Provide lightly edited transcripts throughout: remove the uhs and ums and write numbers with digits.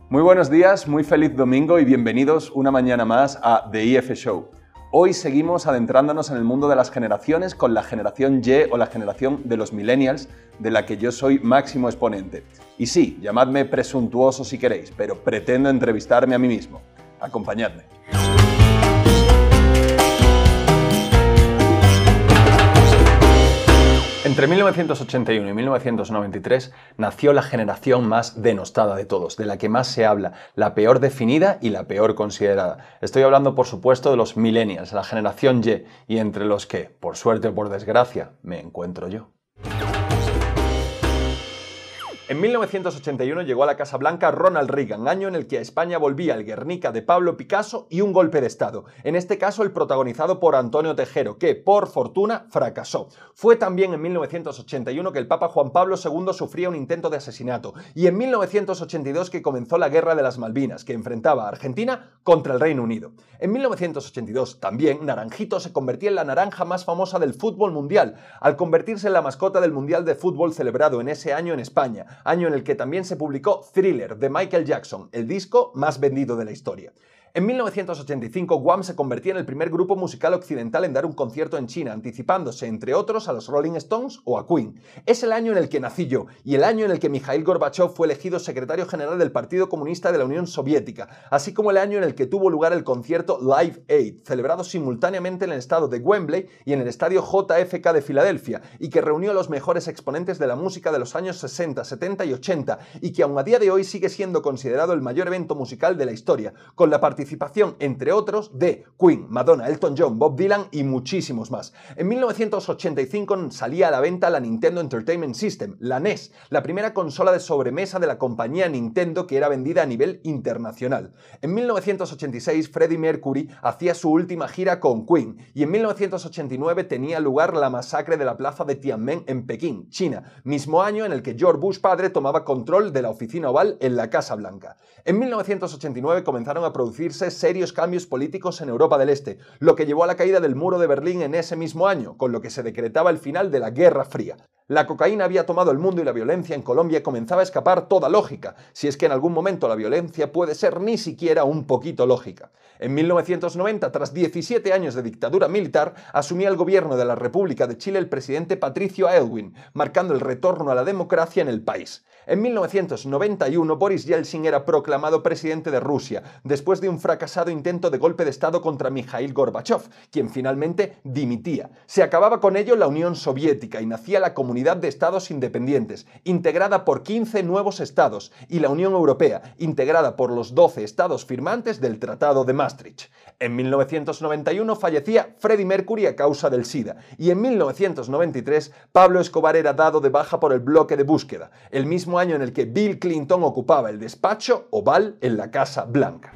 Muy buenos días, muy feliz domingo y bienvenidos una mañana más a The IF Show. Hoy seguimos adentrándonos en el mundo de las generaciones con la generación Y o la generación de los millennials, de la que yo soy máximo exponente. Y sí, llamadme presuntuoso si queréis, pero pretendo entrevistarme a mí mismo. Acompañadme. Entre 1981 y 1993 nació la generación más denostada de todos, de la que más se habla, la peor definida y la peor considerada. Estoy hablando, por supuesto, de los millennials, la generación Y, y entre los que, por suerte o por desgracia, me encuentro yo. En 1981 llegó a la Casa Blanca Ronald Reagan, año en el que a España volvía el Guernica de Pablo Picasso y un golpe de Estado, en este caso el protagonizado por Antonio Tejero, que, por fortuna, fracasó. Fue también en 1981 que el Papa Juan Pablo II sufría un intento de asesinato, y en 1982 que comenzó la Guerra de las Malvinas, que enfrentaba a Argentina contra el Reino Unido. En 1982 también Naranjito se convertía en la naranja más famosa del fútbol mundial, al convertirse en la mascota del Mundial de Fútbol celebrado en ese año en España, año en el que también se publicó Thriller de Michael Jackson, el disco más vendido de la historia. En 1985, Wham se convertía en el primer grupo musical occidental en dar un concierto en China, anticipándose, entre otros, a los Rolling Stones o a Queen. Es el año en el que nací yo, y el año en el que Mikhail Gorbachev fue elegido secretario general del Partido Comunista de la Unión Soviética, así como el año en el que tuvo lugar el concierto Live Aid, celebrado simultáneamente en el estado de Wembley y en el estadio JFK de Filadelfia, y que reunió a los mejores exponentes de la música de los años 60, 70 y 80, y que aún a día de hoy sigue siendo considerado el mayor evento musical de la historia, con la participación, entre otros, de Queen, Madonna, Elton John, Bob Dylan y muchísimos más. En 1985 salía a la venta la Nintendo Entertainment System, la NES, la primera consola de sobremesa de la compañía Nintendo que era vendida a nivel internacional. En 1986 Freddie Mercury hacía su última gira con Queen, y en 1989 tenía lugar la masacre de la plaza de Tiananmen en Pekín, China, mismo año en el que George Bush padre tomaba control de la oficina oval en la Casa Blanca. En 1989 comenzaron a producirse serios cambios políticos en Europa del Este, lo que llevó a la caída del muro de Berlín en ese mismo año, con lo que se decretaba el final de la Guerra Fría. La cocaína había tomado el mundo y la violencia en Colombia comenzaba a escapar toda lógica, si es que en algún momento la violencia puede ser ni siquiera un poquito lógica. En 1990, tras 17 años de dictadura militar, asumía el gobierno de la República de Chile el presidente Patricio Aylwin, marcando el retorno a la democracia en el país. En 1991, Boris Yeltsin era proclamado presidente de Rusia, después de un fracasado intento de golpe de Estado contra Mikhail Gorbachev, quien finalmente dimitía. Se acababa con ello la Unión Soviética y nacía la Comunidad de Estados Independientes, integrada por 15 nuevos estados, y la Unión Europea, integrada por los 12 estados firmantes del Tratado de Maastricht. En 1991 fallecía Freddie Mercury a causa del SIDA, y en 1993 Pablo Escobar era dado de baja por el bloque de búsqueda, el mismo año en el que Bill Clinton ocupaba el despacho oval en la Casa Blanca.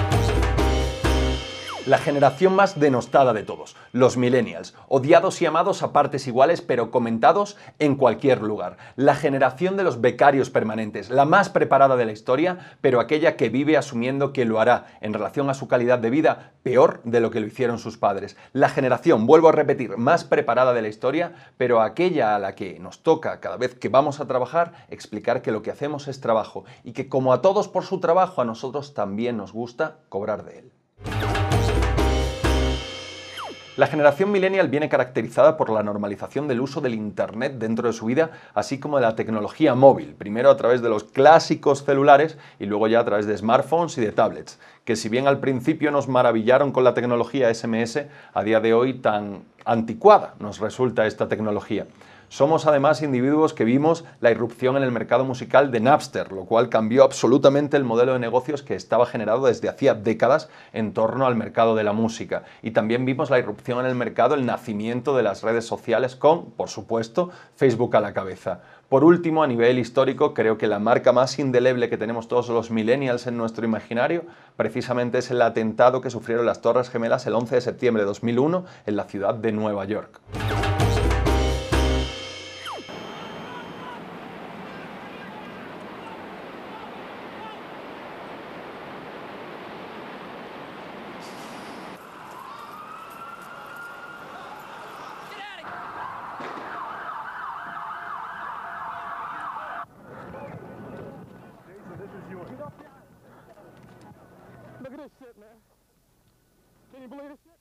La generación más denostada de todos, los millennials, odiados y amados a partes iguales pero comentados en cualquier lugar. La generación de los becarios permanentes, la más preparada de la historia, pero aquella que vive asumiendo que lo hará, en relación a su calidad de vida, peor de lo que lo hicieron sus padres. La generación, vuelvo a repetir, más preparada de la historia, pero aquella a la que nos toca, cada vez que vamos a trabajar, explicar que lo que hacemos es trabajo y que como a todos por su trabajo, a nosotros también nos gusta cobrar de él. La generación millennial viene caracterizada por la normalización del uso del Internet dentro de su vida, así como de la tecnología móvil, primero a través de los clásicos celulares y luego ya a través de smartphones y de tablets, que si bien al principio nos maravillaron con la tecnología SMS, a día de hoy tan anticuada nos resulta esta tecnología. Somos además individuos que vimos la irrupción en el mercado musical de Napster, lo cual cambió absolutamente el modelo de negocios que estaba generado desde hacía décadas en torno al mercado de la música. Y también vimos la irrupción en el mercado, el nacimiento de las redes sociales con, por supuesto, Facebook a la cabeza. Por último, a nivel histórico, creo que la marca más indeleble que tenemos todos los millennials en nuestro imaginario precisamente es el atentado que sufrieron las Torres Gemelas el 11 de septiembre de 2001 en la ciudad de Nueva York. Look at this shit, man. Can you believe this shit?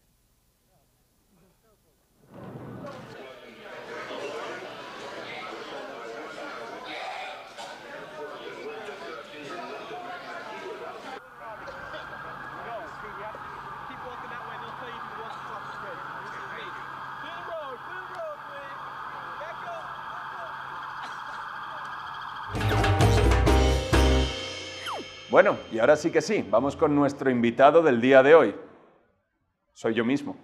Bueno, y ahora sí que sí, vamos con nuestro invitado del día de hoy. Soy yo mismo.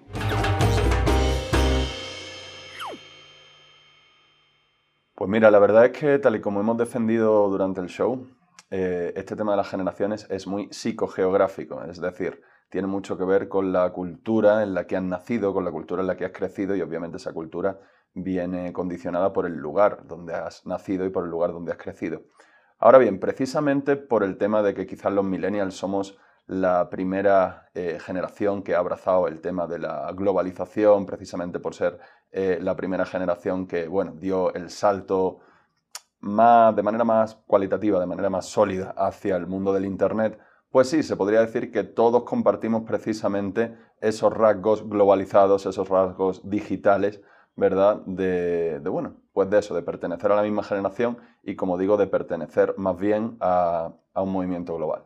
Pues mira, la verdad es que tal y como hemos defendido durante el show, este tema de las generaciones es muy psicogeográfico, es decir, tiene mucho que ver con la cultura en la que has nacido, con la cultura en la que has crecido y obviamente esa cultura viene condicionada por el lugar donde has nacido y por el lugar donde has crecido. Ahora bien, precisamente por el tema de que quizás los millennials somos la primera generación que ha abrazado el tema de la globalización, precisamente por ser la primera generación que, bueno, dio el salto de manera más cualitativa, de manera más sólida hacia el mundo del Internet, pues sí, se podría decir que todos compartimos precisamente esos rasgos globalizados, esos rasgos digitales, ¿verdad? Bueno, pues de eso, de pertenecer a la misma generación y, como digo, de pertenecer más bien a un movimiento global.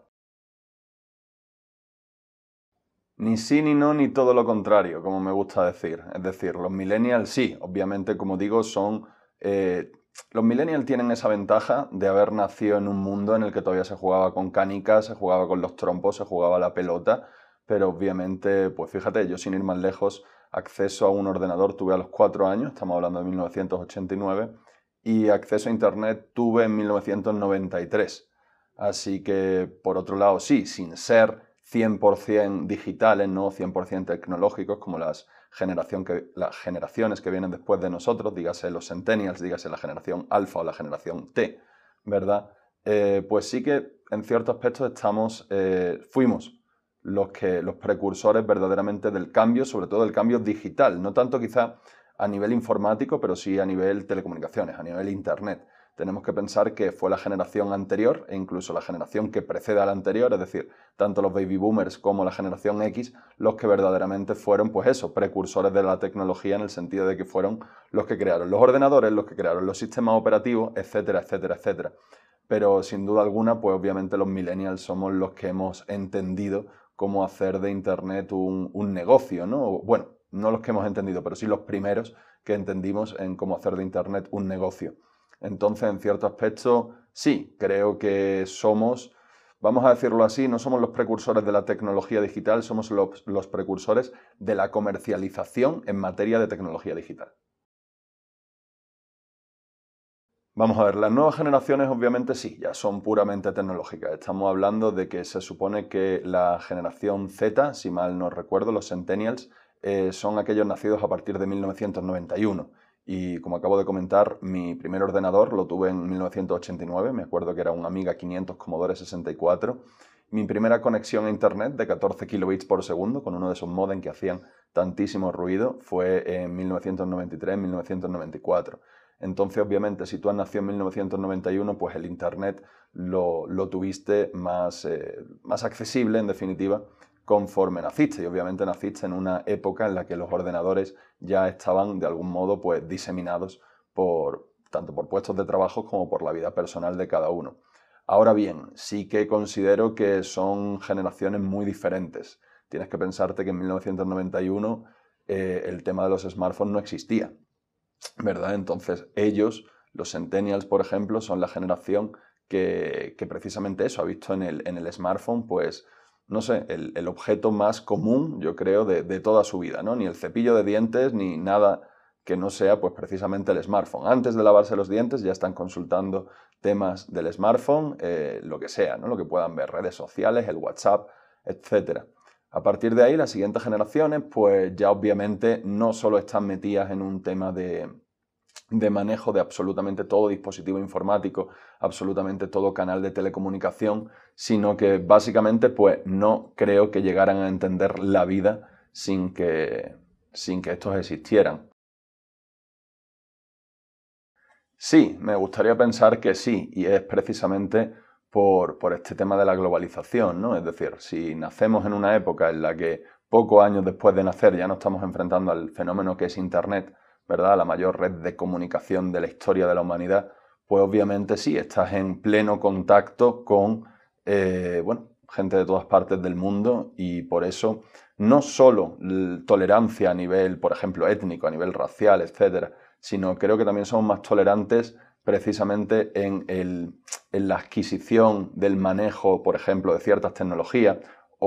Ni sí, ni no, ni todo lo contrario, como me gusta decir. Es decir, los millennials sí, obviamente, como digo, los millennials tienen esa ventaja de haber nacido en un mundo en el que todavía se jugaba con canicas, se jugaba con los trompos, se jugaba la pelota, pero obviamente, pues fíjate, yo sin ir más lejos, acceso a un ordenador tuve a los 4 años, estamos hablando de 1989, y acceso a Internet tuve en 1993. Así que, por otro lado, sí, sin ser 100% digitales, no 100% tecnológicos, como las generaciones que vienen después de nosotros, dígase los centennials, dígase la generación alfa o la generación T, ¿verdad? Pues sí que en ciertos aspectos fuimos los precursores verdaderamente del cambio, sobre todo del cambio digital, no tanto quizá a nivel informático, pero sí a nivel telecomunicaciones, a nivel internet. Tenemos que pensar que fue la generación anterior e incluso la generación que precede a la anterior, es decir, tanto los baby boomers como la generación X, los que verdaderamente fueron, pues eso, precursores de la tecnología en el sentido de que fueron los que crearon los ordenadores, los que crearon los sistemas operativos, etcétera, etcétera, etcétera. Pero sin duda alguna, pues obviamente los millennials somos los que hemos entendido cómo hacer de Internet un negocio, ¿no? Bueno, no los que hemos entendido, pero sí los primeros que entendimos en cómo hacer de Internet un negocio. Entonces, en cierto aspecto, sí, creo que vamos a decirlo así, no somos los precursores de la tecnología digital, somos los precursores de la comercialización en materia de tecnología digital. Vamos a ver, las nuevas generaciones obviamente sí, ya son puramente tecnológicas. Estamos hablando de que se supone que la generación Z, si mal no recuerdo, los centennials, son aquellos nacidos a partir de 1991. Y como acabo de comentar, mi primer ordenador lo tuve en 1989, me acuerdo que era un Amiga 500 Commodore 64. Mi primera conexión a Internet de 14 kilobits por segundo, con uno de esos modems que hacían tantísimo ruido, fue en 1993-1994. Entonces, obviamente, si tú has nacido en 1991, pues el Internet lo tuviste más accesible, en definitiva, conforme naciste. Y obviamente naciste en una época en la que los ordenadores ya estaban, de algún modo, pues diseminados tanto por puestos de trabajo como por la vida personal de cada uno. Ahora bien, sí que considero que son generaciones muy diferentes. Tienes que pensarte que en 1991 el tema de los smartphones no existía, ¿verdad? Entonces ellos, los centennials, por ejemplo, son la generación que precisamente eso ha visto en el smartphone, pues, no sé, el objeto más común, yo creo, de toda su vida, ¿no? Ni el cepillo de dientes, ni nada que no sea, pues, precisamente el smartphone. Antes de lavarse los dientes ya están consultando temas del smartphone, lo que sea, ¿no? Lo que puedan ver, redes sociales, el WhatsApp, etcétera. A partir de ahí, las siguientes generaciones, pues ya obviamente no solo están metidas en un tema de manejo de absolutamente todo dispositivo informático, absolutamente todo canal de telecomunicación, sino que básicamente pues no creo que llegaran a entender la vida sin que estos existieran. Sí, me gustaría pensar que sí, y es precisamente por este tema de la globalización, ¿no? Es decir, si nacemos en una época en la que pocos años después de nacer ya nos estamos enfrentando al fenómeno que es Internet, ¿verdad? La mayor red de comunicación de la historia de la humanidad, pues obviamente sí, estás en pleno contacto con, bueno, gente de todas partes del mundo y por eso no solo tolerancia a nivel, por ejemplo, étnico, a nivel racial, etcétera, sino creo que también somos más tolerantes precisamente en la adquisición del manejo, por ejemplo, de ciertas tecnologías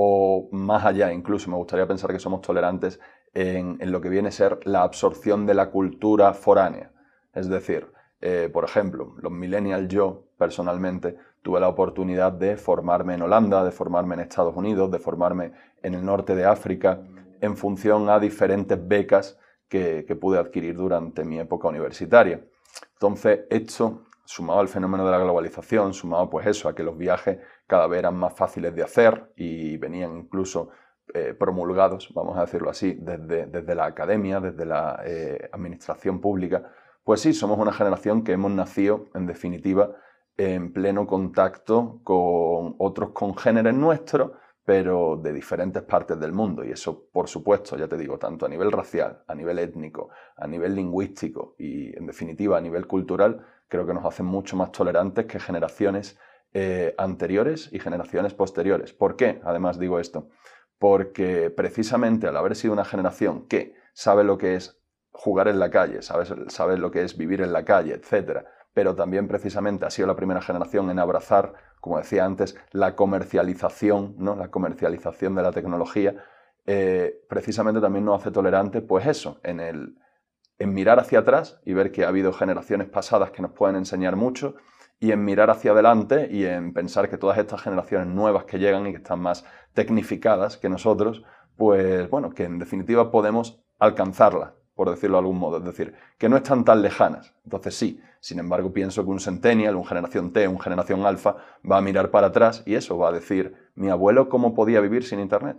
o más allá incluso, me gustaría pensar que somos tolerantes en lo que viene a ser la absorción de la cultura foránea. Es decir, por ejemplo, los millennials, yo personalmente tuve la oportunidad de formarme en Holanda, de formarme en Estados Unidos, de formarme en el norte de África, en función a diferentes becas que pude adquirir durante mi época universitaria. Entonces, esto, sumado al fenómeno de la globalización, sumado pues eso, a que los viajes cada vez eran más fáciles de hacer y venían incluso promulgados, vamos a decirlo así, desde la academia, desde la administración pública, pues sí, somos una generación que hemos nacido, en definitiva, en pleno contacto con otros congéneres nuestros, pero de diferentes partes del mundo. Y eso, por supuesto, ya te digo, tanto a nivel racial, a nivel étnico, a nivel lingüístico y, en definitiva, a nivel cultural, creo que nos hacen mucho más tolerantes que generaciones anteriores y generaciones posteriores. ¿Por qué? Además digo esto. Porque precisamente al haber sido una generación que sabe lo que es jugar en la calle, sabe lo que es vivir en la calle, etcétera, pero también precisamente ha sido la primera generación en abrazar, como decía antes, la comercialización, ¿no? La comercialización de la tecnología, precisamente también nos hace tolerantes, pues eso, en mirar hacia atrás y ver que ha habido generaciones pasadas que nos pueden enseñar mucho, y en mirar hacia adelante y en pensar que todas estas generaciones nuevas que llegan y que están más tecnificadas que nosotros, pues bueno, que en definitiva podemos alcanzarlas, por decirlo de algún modo, es decir, que no están tan lejanas. Entonces sí, sin embargo pienso que un Centennial, un Generación T, un Generación Alfa va a mirar para atrás y eso va a decir, mi abuelo cómo podía vivir sin Internet.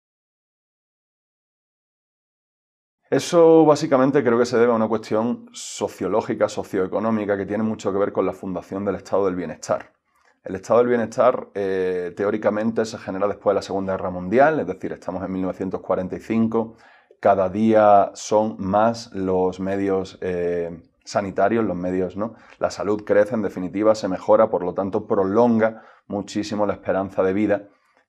Eso básicamente creo que se debe a una cuestión sociológica, socioeconómica, que tiene mucho que ver con la fundación del estado del bienestar. El estado del bienestar teóricamente se genera después de la Segunda Guerra Mundial, es decir, estamos en 1945, cada día son más los medios sanitarios, los medios, ¿no? La salud crece, en definitiva, se mejora, por lo tanto prolonga muchísimo la esperanza de vida.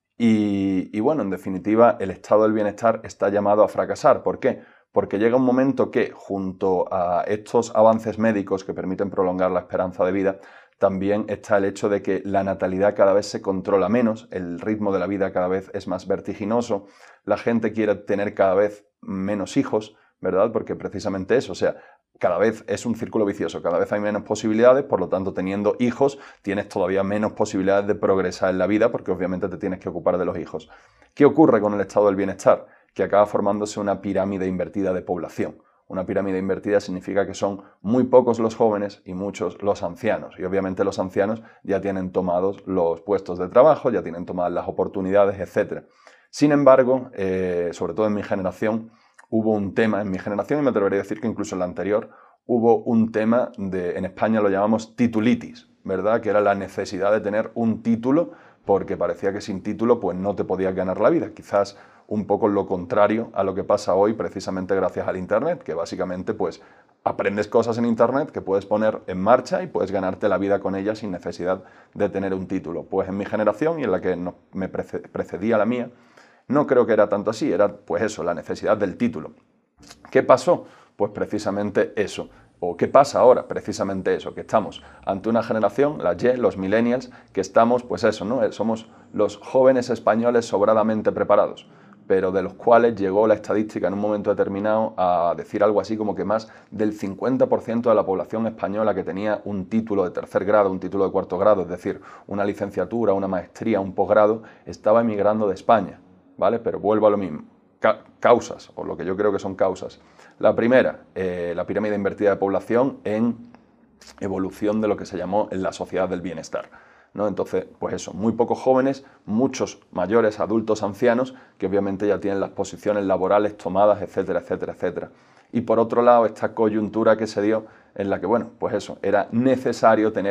Y bueno, en definitiva, el estado del bienestar está llamado a fracasar. ¿Por qué? Porque llega un momento que, junto a estos avances médicos que permiten prolongar la esperanza de vida, también está el hecho de que la natalidad cada vez se controla menos, el ritmo de la vida cada vez es más vertiginoso, la gente quiere tener cada vez menos hijos, ¿verdad? Porque precisamente eso, o sea, cada vez es un círculo vicioso, cada vez hay menos posibilidades, por lo tanto, teniendo hijos, tienes todavía menos posibilidades de progresar en la vida, porque obviamente te tienes que ocupar de los hijos. ¿Qué ocurre con el estado del bienestar? Que acaba formándose una pirámide invertida de población. Una pirámide invertida significa que son muy pocos los jóvenes y muchos los ancianos. Y obviamente los ancianos ya tienen tomados los puestos de trabajo, ya tienen tomadas las oportunidades, etc. Sin embargo, sobre todo en mi generación, hubo un tema, en mi generación, y me atrevería a decir que incluso en la anterior, hubo un tema en España lo llamamos titulitis, ¿verdad? Que era la necesidad de tener un título, porque parecía que sin título pues no te podías ganar la vida. Quizás un poco lo contrario a lo que pasa hoy precisamente gracias al Internet, que básicamente pues aprendes cosas en Internet que puedes poner en marcha y puedes ganarte la vida con ellas sin necesidad de tener un título. Pues en mi generación y en la que me precedía la mía, no creo que era tanto así, era pues eso, la necesidad del título. ¿Qué pasó? Pues precisamente eso. ¿O qué pasa ahora? Precisamente eso, que estamos ante una generación, la Y, los millennials, que estamos, pues eso, ¿no? Somos los jóvenes españoles sobradamente preparados, pero de los cuales llegó la estadística en un momento determinado a decir algo así como que más del 50% de la población española que tenía un título de tercer grado, un título de cuarto grado, es decir, una licenciatura, una maestría, un posgrado, estaba emigrando de España, ¿vale? Pero vuelvo a lo mismo. Causas, o lo que yo creo que son causas. La primera, la pirámide invertida de población en evolución de lo que se llamó en la sociedad del bienestar, ¿no? Entonces, pues eso, muy pocos jóvenes, muchos mayores, adultos, ancianos, que obviamente ya tienen las posiciones laborales tomadas, etcétera, etcétera, etcétera. Y por otro lado, esta coyuntura que se dio en la que, bueno, pues eso, era necesario tener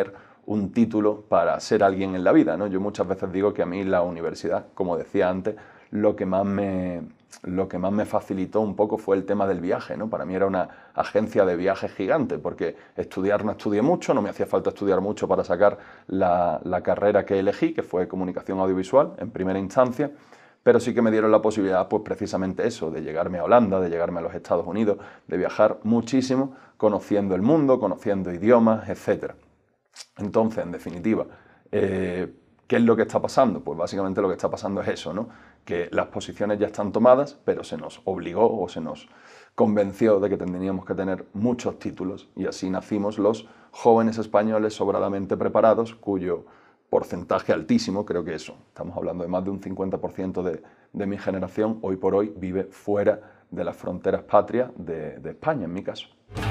un título para ser alguien en la vida, ¿no? Yo muchas veces digo que a mí la universidad, como decía antes, lo que más me facilitó un poco fue el tema del viaje, ¿no? Para mí era una agencia de viajes gigante, porque estudiar no estudié mucho, no me hacía falta estudiar mucho para sacar la carrera que elegí, que fue comunicación audiovisual en primera instancia, pero sí que me dieron la posibilidad, pues precisamente eso, de llegarme a Holanda, de llegarme a los Estados Unidos, de viajar muchísimo, conociendo el mundo, conociendo idiomas, etc. Entonces, en definitiva, ¿qué es lo que está pasando? Pues básicamente lo que está pasando es eso, ¿no? Que las posiciones ya están tomadas, pero se nos obligó o se nos convenció de que tendríamos que tener muchos títulos y así nacimos los jóvenes españoles sobradamente preparados, cuyo porcentaje altísimo, creo que eso, estamos hablando de más de un 50% de mi generación, hoy por hoy vive fuera de las fronteras patrias de España, en mi caso.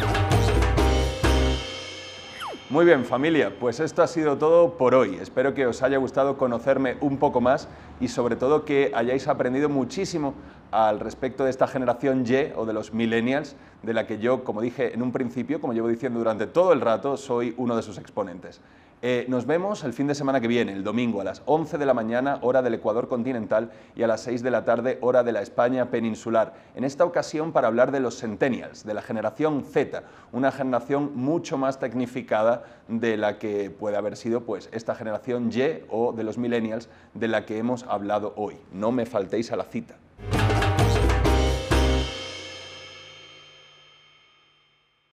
Muy bien, familia, pues esto ha sido todo por hoy. Espero que os haya gustado conocerme un poco más y sobre todo que hayáis aprendido muchísimo al respecto de esta generación Y o de los millennials, de la que yo, como dije en un principio, como llevo diciendo durante todo el rato, soy uno de sus exponentes. Nos vemos el fin de semana que viene, el domingo, a las 11 de la mañana, hora del Ecuador continental, y a las 6 de la tarde, hora de la España peninsular. En esta ocasión para hablar de los centennials, de la generación Z, una generación mucho más tecnificada de la que puede haber sido pues, esta generación Y o de los millennials de la que hemos hablado hoy. No me faltéis a la cita.